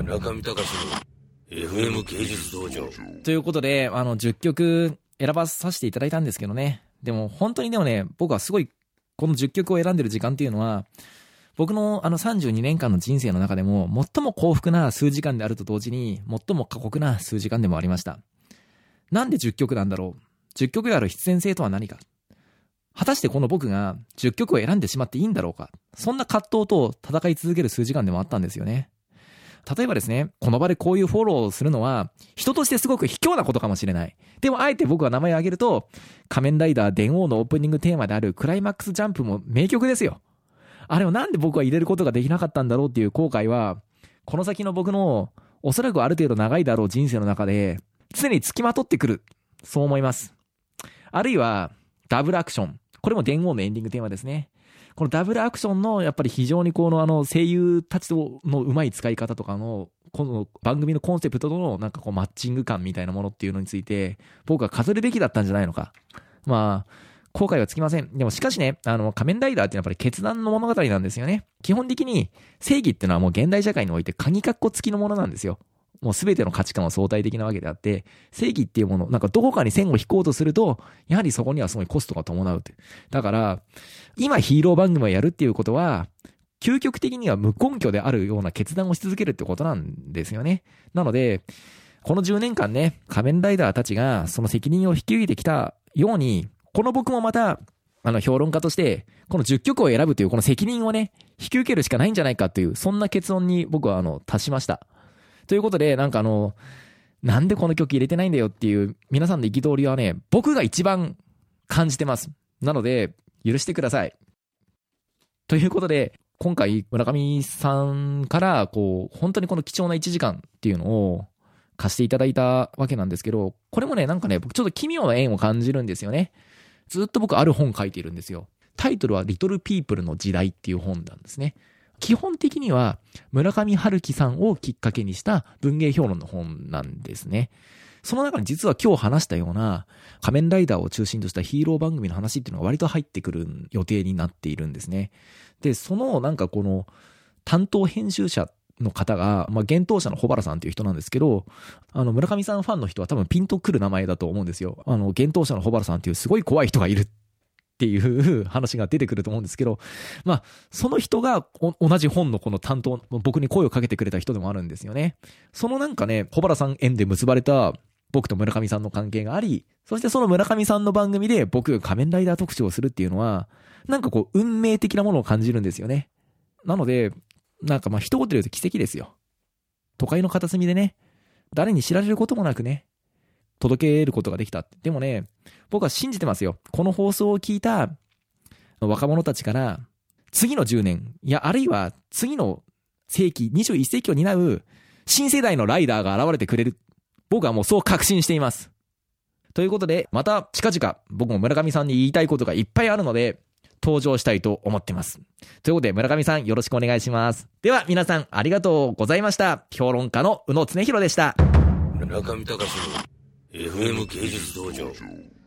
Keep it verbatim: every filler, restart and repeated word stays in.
村上隆の エフエム 芸術道場ということで、あのじゅっきょく選ばさせていただいたんですけどね。でも本当にでもね、僕はすごいこのじゅっきょくを選んでる時間っていうのは、僕のあのさんじゅうにねんかんの人生の中でも最も幸福な数時間であると同時に最も過酷な数時間でもありました。なんでじゅっきょくなんだろう。じゅっきょくである必然性とは何か。果たしてこの僕がじゅっきょくを選んでしまっていいんだろうか。そんな葛藤と戦い続ける数時間でもあったんですよね。例えばですね、この場でこういうフォローをするのは人としてすごく卑怯なことかもしれない。でもあえて僕は名前を挙げると、仮面ライダー電王のオープニングテーマであるクライマックスジャンプも名曲ですよ。あれをなんで僕は入れることができなかったんだろうっていう後悔は、この先の僕のおそらくある程度長いだろう人生の中で常に付きまとってくる。そう思います。あるいはダブルアクション。これも電王のエンディングテーマですね。このダブルアクションのやっぱり非常にこのあの声優たちとのうまい使い方とかのこの番組のコンセプトとのなんかこうマッチング感みたいなものっていうのについて僕は飾るべきだったんじゃないのか。まあ後悔はつきません。でもしかしね、あの仮面ライダーってやっぱり決断の物語なんですよね。基本的に正義っていうのはもう現代社会において鍵括弧付きのものなんですよ。もう全ての価値観は相対的なわけであって、正義っていうもの、なんかどこかに線を引こうとすると、やはりそこにはすごいコストが伴うって。だから、今ヒーロー番組をやるっていうことは、究極的には無根拠であるような決断をし続けるってことなんですよね。なので、このじゅうねんかんね、仮面ライダーたちがその責任を引き受けてきたように、この僕もまた、あの評論家として、このじゅっきょくを選ぶというこの責任をね、引き受けるしかないんじゃないかという、そんな結論に僕はあの達しました。ということで、なんかあの、なんでこの曲入れてないんだよっていう皆さんの憤りはね、僕が一番感じてます。なので、許してください。ということで、今回村上さんからこう本当にこの貴重ないちじかんっていうのを貸していただいたわけなんですけど、これもね、なんかね、僕ちょっと奇妙な縁を感じるんですよね。ずっと僕ある本書いているんですよ。タイトルはリトルピープルの時代っていう本なんですね。基本的には村上春樹さんをきっかけにした文芸評論の本なんですね。その中に実は今日話したような仮面ライダーを中心としたヒーロー番組の話っていうのが割と入ってくる予定になっているんですね。で、そのなんかこの担当編集者の方が、まあ、幻冬舎の小原さんっていう人なんですけど、あの村上さんファンの人は多分ピンとくる名前だと思うんですよ。あの幻冬舎の小原さんっていうすごい怖い人がいるっていう話が出てくると思うんですけど、まあその人が同じ本のこの担当、僕に声をかけてくれた人でもあるんですよね。そのなんかね、小原さん縁で結ばれた僕と村上さんの関係があり、そしてその村上さんの番組で僕が仮面ライダー特集をするっていうのは、なんかこう運命的なものを感じるんですよね。なのでなんかまあ一言で言うと奇跡ですよ。都会の片隅でね、誰に知られることもなくね、届けることができた。でもね、僕は信じてますよ。この放送を聞いた若者たちから次のじゅうねん、いやあるいは次の世紀、にじゅういっせいきを担う新世代のライダーが現れてくれる。僕はもうそう確信しています。ということで、また近々僕も村上さんに言いたいことがいっぱいあるので登場したいと思ってます。ということで村上さんよろしくお願いします。では皆さんありがとうございました。評論家の宇野恒弘でした。 村上隆の エフエム 芸術道場。